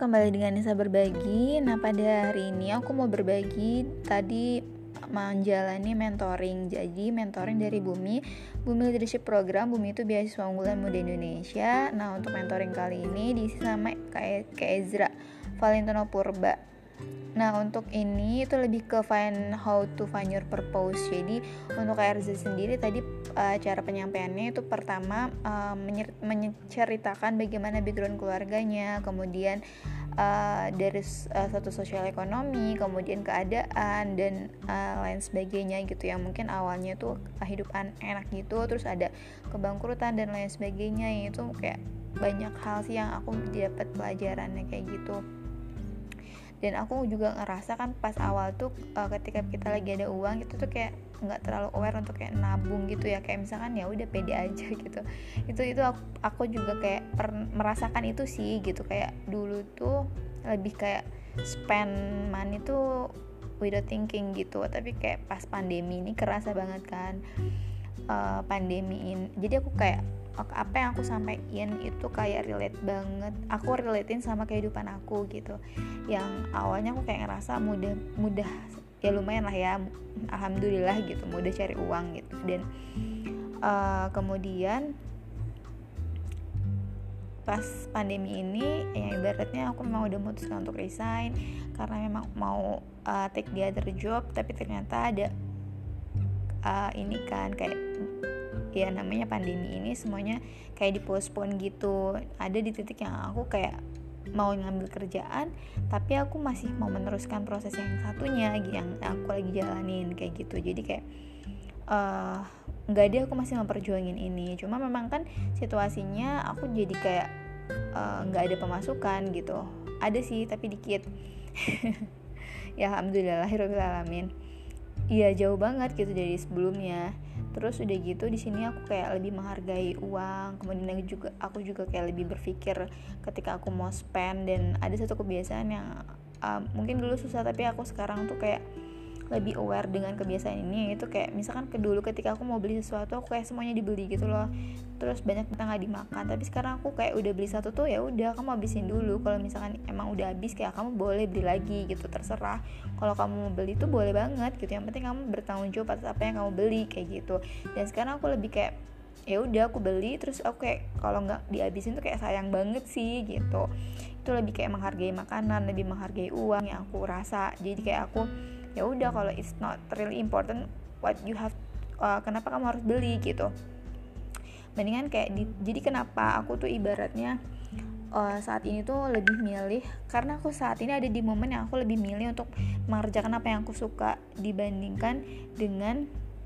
kembali dengan Nisa Berbagi. Nah, pada hari ini aku mau berbagi tadi menjalani mentoring. Jadi, mentoring dari Bumi Leadership Program. Bumi itu beasiswa unggulan muda Indonesia. Nah, untuk mentoring kali ini diisi sama Kak Ezra Valentino Purba. Nah, untuk ini itu lebih ke how to find your purpose. Jadi, untuk Kak Ezra sendiri tadi cara penyampaiannya itu pertama menceritakan bagaimana background keluarganya, kemudian dari satu sosial ekonomi, kemudian keadaan dan lain sebagainya gitu, yang mungkin awalnya tuh hidup enak gitu, terus ada kebangkrutan dan lain sebagainya. Itu kayak banyak hal sih yang aku dapat pelajarannya kayak gitu. Dan aku juga ngerasa kan pas awal tuh ketika kita lagi ada uang gitu tuh kayak nggak terlalu aware untuk kayak nabung gitu ya, kayak misalkan ya udah pede aja gitu. Itu aku juga kayak merasakan itu sih gitu, kayak dulu tuh lebih kayak spend money tuh without thinking gitu. Tapi kayak pas pandemi ini kerasa banget kan pandemi ini. Jadi aku kayak apa yang aku sampaikan itu kayak relate banget, aku relatein sama kehidupan aku gitu. Yang awalnya aku kayak ngerasa mudah ya, lumayan lah ya, alhamdulillah gitu, mudah cari uang gitu. Dan kemudian pas pandemi ini ya ibaratnya aku memang udah memutuskan untuk resign karena memang mau take the other job, tapi ternyata ada ini kan kayak ya namanya pandemi ini semuanya kayak dipospon gitu. Ada di titik yang aku kayak mau ngambil kerjaan tapi aku masih mau meneruskan proses yang satunya yang aku lagi jalanin kayak gitu. Jadi kayak enggak deh, aku masih memperjuangin ini. Cuma memang kan situasinya aku jadi kayak enggak ada pemasukan gitu. Ada sih tapi dikit. Ya alhamdulillahirabbil alamin. Iya, jauh banget gitu dari sebelumnya. Terus udah gitu di sini aku kayak lebih menghargai uang. Kemudian aku juga kayak lebih berpikir ketika aku mau spend. Dan ada satu kebiasaan yang mungkin dulu susah tapi aku sekarang tuh kayak lebih aware dengan kebiasaan ini, yaitu kayak misalkan dulu ketika aku mau beli sesuatu aku kayak semuanya dibeli gitu loh, terus banyak kita nggak dimakan. Tapi sekarang aku kayak udah beli satu tuh ya udah, kamu habisin dulu. Kalau misalkan emang udah habis kayak kamu boleh beli lagi gitu, terserah. Kalau kamu mau beli tuh boleh banget gitu, yang penting kamu bertanggung jawab atas apa yang kamu beli kayak gitu. Dan sekarang aku lebih kayak ya udah aku beli, terus aku kayak kalau nggak dihabisin tuh kayak sayang banget sih gitu. Itu lebih kayak menghargai makanan, lebih menghargai uang yang aku rasa. Jadi kayak aku ya udah, kalau it's not really important what you have, kenapa kamu harus beli gitu. Mendingan kayak jadi kenapa aku tuh ibaratnya saat ini tuh lebih milih, karena aku saat ini ada di momen yang aku lebih milih untuk mengerjakan apa yang aku suka dibandingkan dengan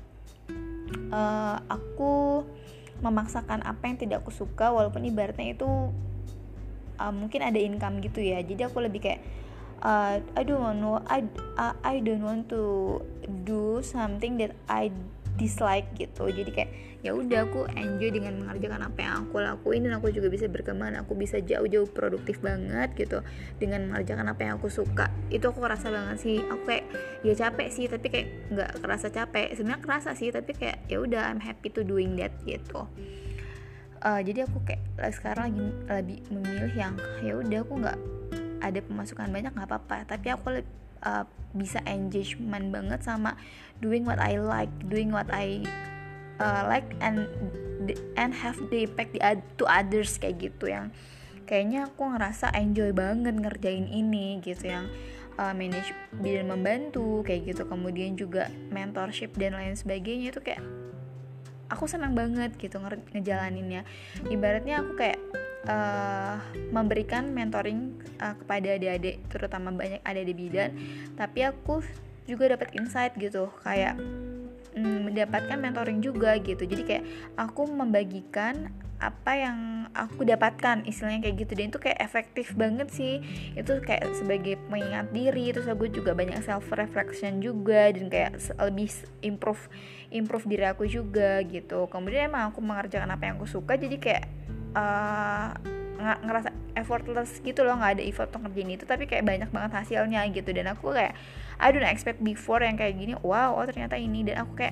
aku memaksakan apa yang tidak aku suka, walaupun ibaratnya itu mungkin ada income gitu ya. Jadi aku lebih kayak I don't want to do something that I dislike gitu. Jadi kayak ya udah, aku enjoy dengan mengerjakan apa yang aku lakuin, dan aku juga bisa berkembang, aku bisa jauh-jauh produktif banget gitu dengan mengerjakan apa yang aku suka. Itu aku kerasa banget sih. Aku kayak ya capek sih tapi kayak nggak kerasa capek, sebenarnya kerasa sih tapi kayak ya udah, I'm happy to doing that gitu. Jadi aku kayak sekarang lagi lebih memilih yang ya udah, aku nggak ada pemasukan banyak nggak apa-apa, tapi aku bisa engagement banget sama doing what I like, doing what I like and have the impact to others kayak gitu. Yang kayaknya aku ngerasa enjoy banget ngerjain ini gitu, yang manage dan membantu kayak gitu, kemudian juga mentorship dan lain sebagainya. Itu kayak aku senang banget gitu ngejalaninnya. Ibaratnya aku kayak memberikan mentoring kepada adik-adik, terutama banyak adik-adik bidan, tapi aku juga dapat insight gitu, kayak mendapatkan mentoring juga gitu. Jadi kayak aku membagikan apa yang aku dapatkan, istilahnya kayak gitu. Dan itu kayak efektif banget sih. Itu kayak sebagai pengingat diri. Terus aku juga banyak self reflection juga, dan kayak lebih improve diri aku juga gitu. Kemudian emang aku mengerjakan apa yang aku suka, jadi kayak ngerasa effortless gitu loh, nggak ada effort untuk ngerjain itu, tapi kayak banyak banget hasilnya gitu. Dan aku kayak I don't expect before yang kayak gini, wow, oh ternyata ini. Dan aku kayak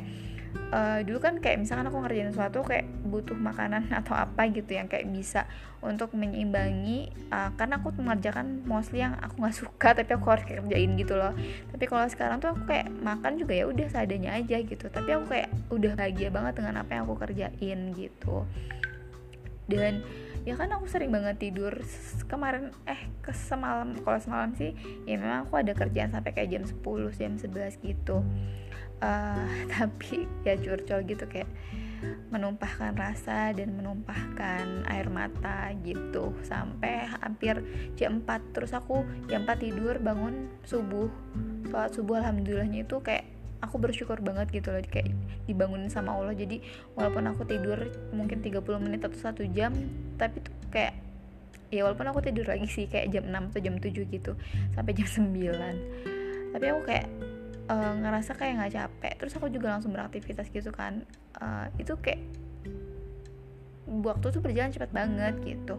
dulu kan kayak misalkan aku ngerjain sesuatu kayak butuh makanan atau apa gitu yang kayak bisa untuk menyeimbangi, karena aku mengerjakan mostly yang aku nggak suka tapi aku harus kerjain gitu loh. Tapi kalau sekarang tuh aku kayak makan juga ya udah seadanya aja gitu, tapi aku kayak udah bahagia banget dengan apa yang aku kerjain gitu. Dan ya kan aku sering banget tidur kemarin semalam. Kalau semalam sih ya memang aku ada kerjaan sampai kayak jam 10 jam 11 gitu. Tapi ya curcol gitu, kayak menumpahkan rasa dan menumpahkan air mata gitu sampai hampir jam 4. Terus aku jam 4 tidur, bangun subuh, sholat subuh, alhamdulillahnya itu kayak aku bersyukur banget gitu loh, kayak dibangunin sama Allah. Jadi walaupun aku tidur mungkin 30 menit atau 1 jam, tapi tuh kayak ya walaupun aku tidur lagi sih kayak jam 6 atau jam 7 gitu sampai jam 9, tapi aku kayak ngerasa kayak nggak capek. Terus aku juga langsung beraktivitas gitu kan. Itu kayak waktu tuh berjalan cepat banget gitu.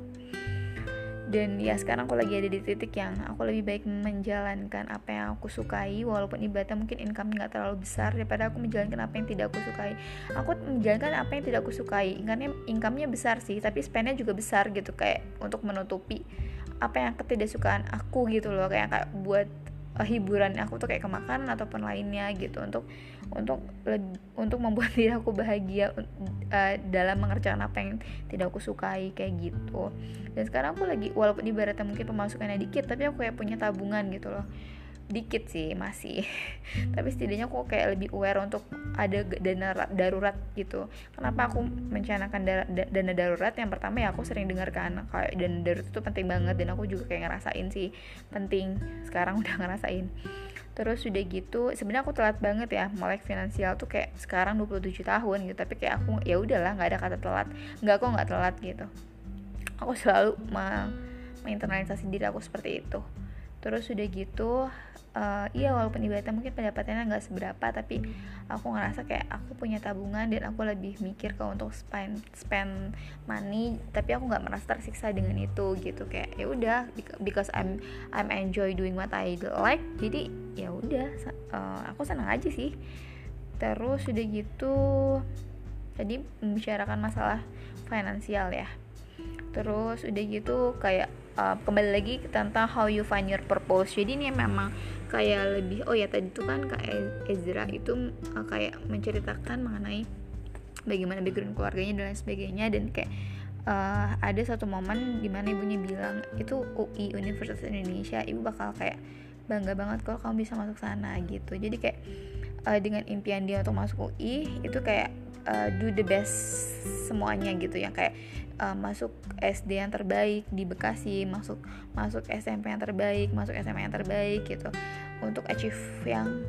Dan ya sekarang aku lagi ada di titik yang aku lebih baik menjalankan apa yang aku sukai, walaupun ibaratnya mungkin income-nya gak terlalu besar, daripada aku menjalankan apa yang tidak aku sukai. Aku menjalankan apa yang tidak aku sukai karena income-nya besar sih, tapi spend-nya juga besar gitu, kayak untuk menutupi apa yang ketidaksukaan aku gitu loh, kayak buat hiburan aku tuh kayak ke makanan ataupun lainnya gitu, untuk membuat diri aku bahagia dalam mengerjakan apa yang tidak aku sukai kayak gitu. Dan sekarang aku lagi, walaupun ibaratnya mungkin pemasukannya dikit, tapi aku kayak punya tabungan gitu loh. Dikit sih masih tapi setidaknya aku kayak lebih aware untuk ada dana darurat gitu. Kenapa aku mencanangkan dana darurat? Yang pertama ya aku sering dengar kan kayak dana darurat itu penting banget, dan aku juga kayak ngerasain sih penting, sekarang udah ngerasain. Terus udah gitu sebenarnya aku telat banget ya melek finansial tuh, kayak sekarang 27 tahun gitu, tapi kayak aku ya udahlah, nggak ada kata telat, nggak telat gitu. Aku selalu menginternalisasi diri aku seperti itu. Terus udah gitu iya walaupun ibaratnya mungkin pendapatannya nggak seberapa, tapi aku ngerasa kayak aku punya tabungan dan aku lebih mikir ke untuk spend money, tapi aku nggak merasa tersiksa dengan itu gitu. Kayak ya udah, because I'm enjoy doing what I like, jadi ya udah aku senang aja sih. Terus udah gitu tadi membicarakan masalah finansial ya. Terus udah gitu kayak kembali lagi tentang how you find your purpose. Jadi ini memang kayak lebih, oh ya tadi tuh kan Kak Ezra itu kayak menceritakan mengenai bagaimana background keluarganya dan lain sebagainya, dan kayak ada satu momen dimana ibunya bilang itu UI, Universitas Indonesia, ibu bakal kayak bangga banget kalau kamu bisa masuk sana gitu. Jadi kayak dengan impian dia untuk masuk UI itu kayak do the best semuanya gitu, yang kayak masuk SD yang terbaik di Bekasi, masuk SMP yang terbaik, masuk SMA yang terbaik gitu, untuk achieve yang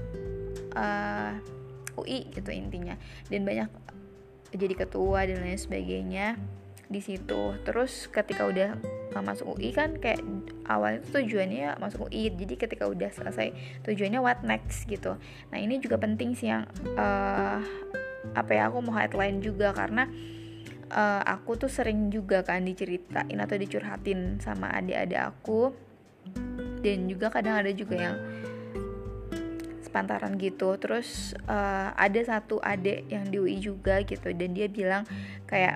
UI gitu intinya, dan banyak jadi ketua dan lain sebagainya di situ. Terus ketika udah masuk UI kan kayak awalnya tujuannya masuk UI, jadi ketika udah selesai tujuannya what next gitu. Nah ini juga penting sih yang aku mau highlight juga, karena aku tuh sering juga kan diceritain atau dicurhatin sama adik-adik aku, dan juga kadang ada juga yang sepantaran gitu. Terus ada satu adik yang di UI juga gitu, dan dia bilang kayak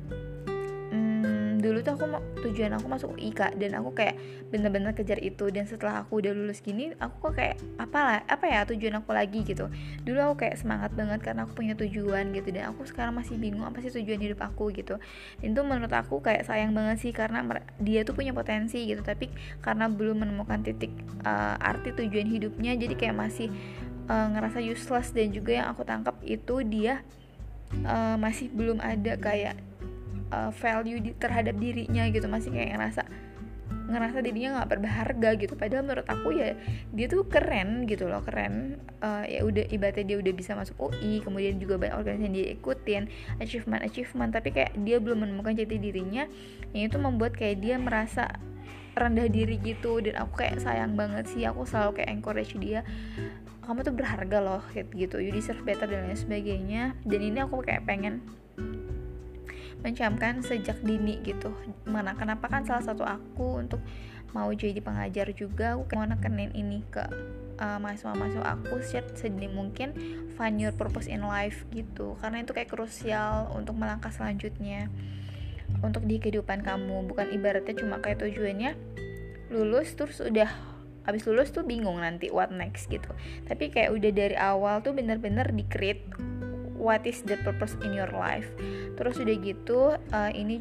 dulu tuh tujuan aku masuk UI Kak, dan aku kayak bener-bener kejar itu, dan setelah aku udah lulus gini aku kok kayak apa ya tujuan aku lagi gitu. Dulu aku kayak semangat banget karena aku punya tujuan gitu, dan aku sekarang masih bingung apa sih tujuan hidup aku gitu. Dan itu menurut aku kayak sayang banget sih, karena dia tuh punya potensi gitu, tapi karena belum menemukan titik arti tujuan hidupnya, jadi kayak masih ngerasa useless. Dan juga yang aku tangkap itu dia masih belum ada kayak value terhadap dirinya gitu, masih kayak ngerasa dirinya nggak berharga gitu. Padahal menurut aku ya dia tuh keren gitu loh, keren. Ya udah ibaratnya dia udah bisa masuk UI, kemudian juga banyak organisasi yang dia ikutin, achievement, tapi kayak dia belum menemukan jati dirinya, yang itu membuat kayak dia merasa rendah diri gitu. Dan aku kayak sayang banget sih, aku selalu kayak encourage dia, kamu tuh berharga loh gitu, you deserve better dan lain sebagainya. Dan ini aku kayak pengen mencamkan sejak dini gitu. Kenapa kan salah satu aku untuk mau jadi pengajar juga, aku kayak mau nekenin ini ke mahasiswa aku sedini mungkin find your purpose in life gitu, karena itu kayak krusial untuk melangkah selanjutnya untuk di kehidupan kamu. Bukan ibaratnya cuma kayak tujuannya lulus terus udah abis lulus tuh bingung nanti what next gitu, tapi kayak udah dari awal tuh bener-bener di-create what is the purpose in your life. Terus udah gitu ini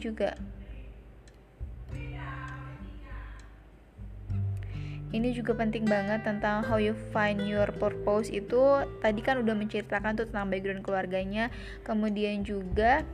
juga penting banget tentang how you find your purpose. Itu tadi kan udah menceritakan tuh tentang background keluarganya, kemudian juga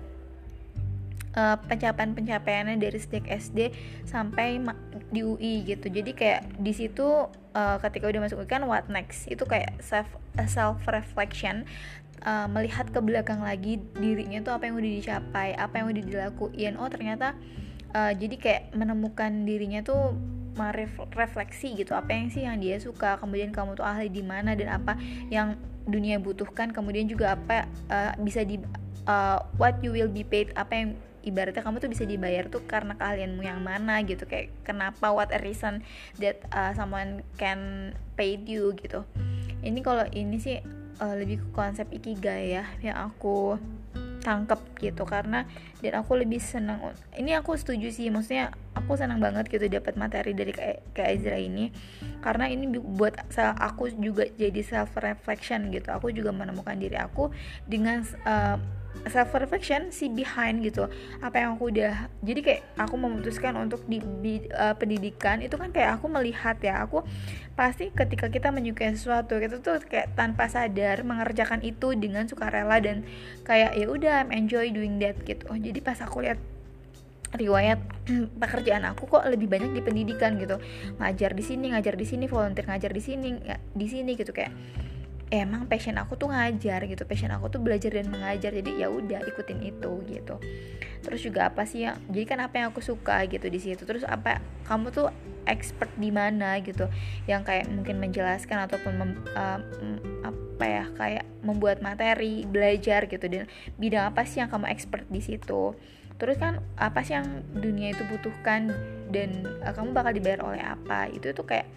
pencapaiannya dari sejak SD sampai di UI gitu. Jadi kayak di situ ketika udah masuk UI kan what next itu kayak self reflection, melihat ke belakang lagi dirinya tuh apa yang udah dicapai, apa yang udah dilakuin. Oh ternyata jadi kayak menemukan dirinya tuh refleksi gitu, apa yang sih yang dia suka, kemudian kamu tuh ahli di mana dan apa yang dunia butuhkan, kemudian juga apa bisa di what you will be paid, apa yang ibaratnya kamu tuh bisa dibayar tuh karena keahlianmu yang mana gitu, kayak kenapa, what a reason that someone can pay you gitu. Ini kalau ini sih lebih ke konsep ikigai ya yang aku tangkep gitu, karena dan aku lebih senang, ini aku setuju sih, maksudnya aku senang banget gitu dapat materi dari Kak Ezra ini, karena ini buat aku juga jadi self reflection gitu. Aku juga menemukan diri aku dengan self reflection si behind gitu, apa yang aku udah, jadi kayak aku memutuskan untuk di pendidikan itu kan kayak aku melihat ya, aku pasti ketika kita menyukai sesuatu kita tuh kayak tanpa sadar mengerjakan itu dengan sukarela dan kayak ya udah I'm enjoy doing that gitu. Jadi pas aku lihat riwayat pekerjaan aku kok lebih banyak di pendidikan gitu, ngajar di sini, volunteer ngajar di sini gitu, kayak emang passion aku tuh ngajar gitu, passion aku tuh belajar dan mengajar, jadi ya udah ikutin itu gitu. Terus juga apa sih yang, jadi kan apa yang aku suka gitu di situ. Terus apa kamu tuh expert di mana gitu, yang kayak mungkin menjelaskan ataupun apa ya, kayak membuat materi belajar gitu, dan bidang apa sih yang kamu expert di situ. Terus kan apa sih yang dunia itu butuhkan dan kamu bakal dibayar oleh apa. Itu tuh kayak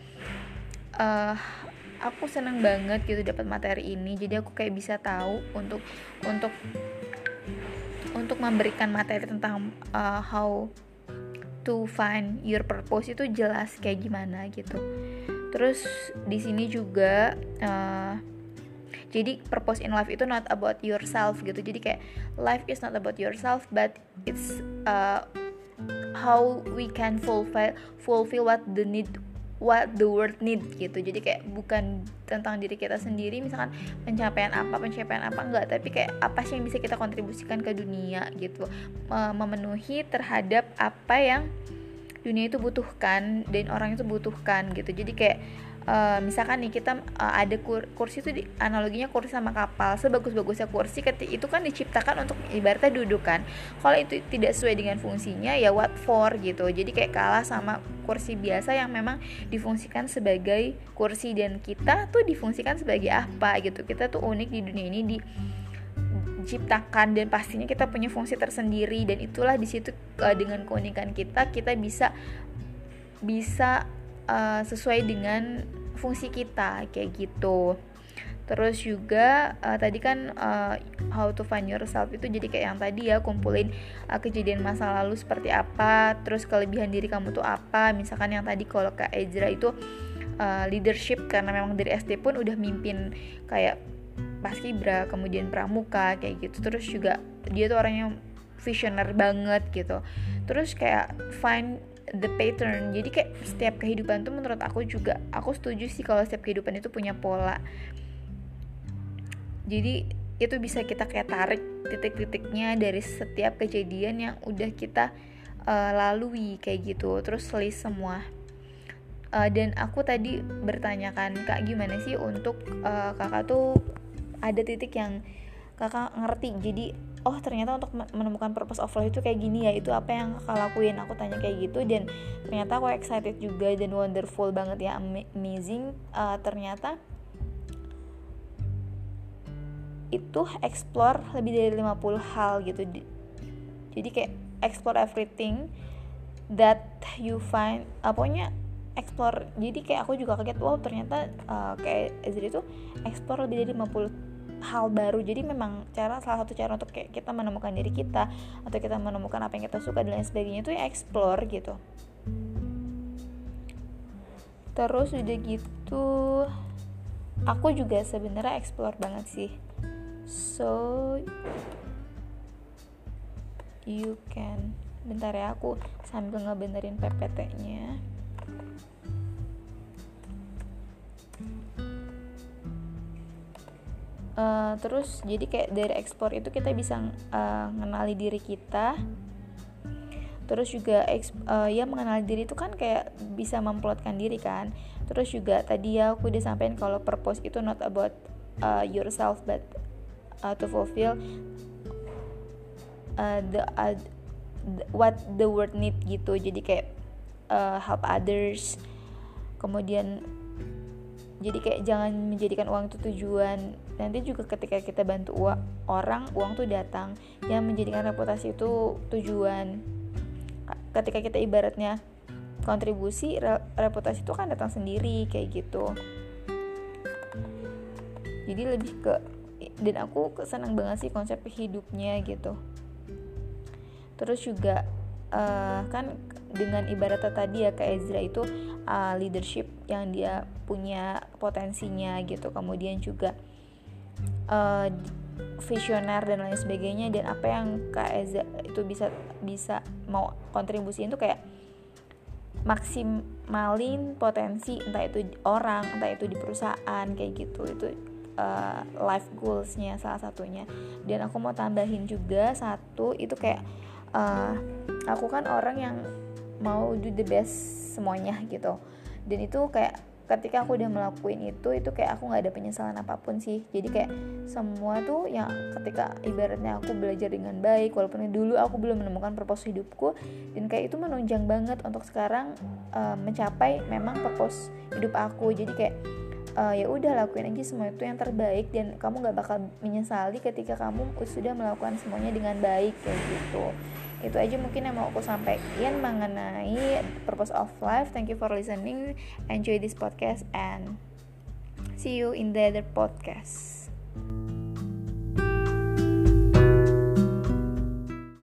aku seneng banget gitu dapat materi ini. Jadi aku kayak bisa tahu untuk memberikan materi tentang how to find your purpose itu jelas kayak gimana gitu. Terus di sini juga jadi purpose in life itu not about yourself gitu. Jadi kayak life is not about yourself, but it's how we can fulfill what the world need gitu. Jadi kayak bukan tentang diri kita sendiri, misalkan pencapaian apa enggak, tapi kayak apa sih yang bisa kita kontribusikan ke dunia gitu, memenuhi terhadap apa yang dunia itu butuhkan dan orang itu butuhkan gitu. Jadi kayak misalkan nih kita ada kursi itu analoginya kursi sama kapal. Sebagus-bagusnya kursi itu kan diciptakan untuk ibaratnya duduk kan. Kalau itu tidak sesuai dengan fungsinya ya what for gitu. Jadi kayak kalah sama kursi biasa yang memang difungsikan sebagai kursi, dan kita tuh difungsikan sebagai apa gitu. Kita tuh unik di dunia ini, diciptakan dan pastinya kita punya fungsi tersendiri, dan itulah di situ dengan keunikan kita bisa sesuai dengan fungsi kita kayak gitu. Terus juga tadi kan how to find yourself itu jadi kayak yang tadi ya, kumpulin kejadian masa lalu seperti apa, terus kelebihan diri kamu tuh apa. Misalkan yang tadi kalau Kak Ezra itu leadership, karena memang dari SD pun udah mimpin kayak paskibra, kemudian pramuka kayak gitu. Terus juga dia tuh orangnya visioner banget gitu. Terus kayak find the pattern. Jadi kayak setiap kehidupan tuh menurut aku setuju sih kalau setiap kehidupan itu punya pola. Jadi itu bisa kita kayak tarik titik-titiknya dari setiap kejadian yang udah kita lalui kayak gitu. Terus list semua. Dan aku tadi bertanyakan, Kak gimana sih untuk kakak tuh ada titik yang kakak ngerti, jadi oh ternyata untuk menemukan purpose of life itu kayak gini ya, itu apa yang kakak lakuin. Aku tanya kayak gitu, dan ternyata aku excited juga dan wonderful banget ya, amazing. Ternyata itu explore lebih dari 50 hal gitu. Jadi kayak explore everything that you find, pokoknya explore. Jadi kayak aku juga kaget, wow ternyata kayak Ezri itu explore lebih dari 50 hal baru. Jadi memang salah satu cara untuk kayak kita menemukan diri kita atau kita menemukan apa yang kita suka dan lain sebagainya itu ya explore gitu. Terus udah gitu aku juga sebenarnya explore banget sih. So you can, bentar ya aku sambil ngebenerin PPT-nya. Terus jadi kayak dari ekspor itu kita bisa mengenali diri kita. Terus juga ya mengenali diri itu kan kayak bisa memplotkan diri kan. Terus juga tadi ya aku udah sampein kalau purpose itu not about yourself but to fulfill what the world need gitu. Jadi kayak help others. Kemudian jadi kayak jangan menjadikan uang itu tujuan. Nanti juga ketika kita bantu orang, uang tuh datang. Yang menjadikan reputasi itu tujuan. Ketika kita ibaratnya kontribusi, reputasi itu kan datang sendiri kayak gitu. Jadi lebih ke, dan aku senang banget sih konsep hidupnya gitu. Terus juga kan dengan ibaratnya tadi ya kayak Ezra itu leadership yang dia punya potensinya gitu. Kemudian juga visioner dan lain sebagainya, dan apa yang Kak Eza itu bisa mau kontribusiin itu kayak maksimalin potensi, entah itu orang, entah itu di perusahaan kayak gitu. Itu life goals-nya salah satunya. Dan aku mau tambahin juga satu, itu kayak aku kan orang yang mau do the best semuanya gitu. Dan itu kayak ketika aku udah melakuin itu kayak aku gak ada penyesalan apapun sih. Jadi kayak semua tuh yang ketika ibaratnya aku belajar dengan baik, walaupun dulu aku belum menemukan purpose hidupku, dan kayak itu menunjang banget untuk sekarang mencapai memang purpose hidup aku. Jadi kayak ya udah lakuin aja semua itu yang terbaik, dan kamu gak bakal menyesali ketika kamu sudah melakukan semuanya dengan baik kayak gitu. Itu aja mungkin yang mau aku sampaikan mengenai purpose of life. Thank you for listening. Enjoy this podcast and see you in the other podcast.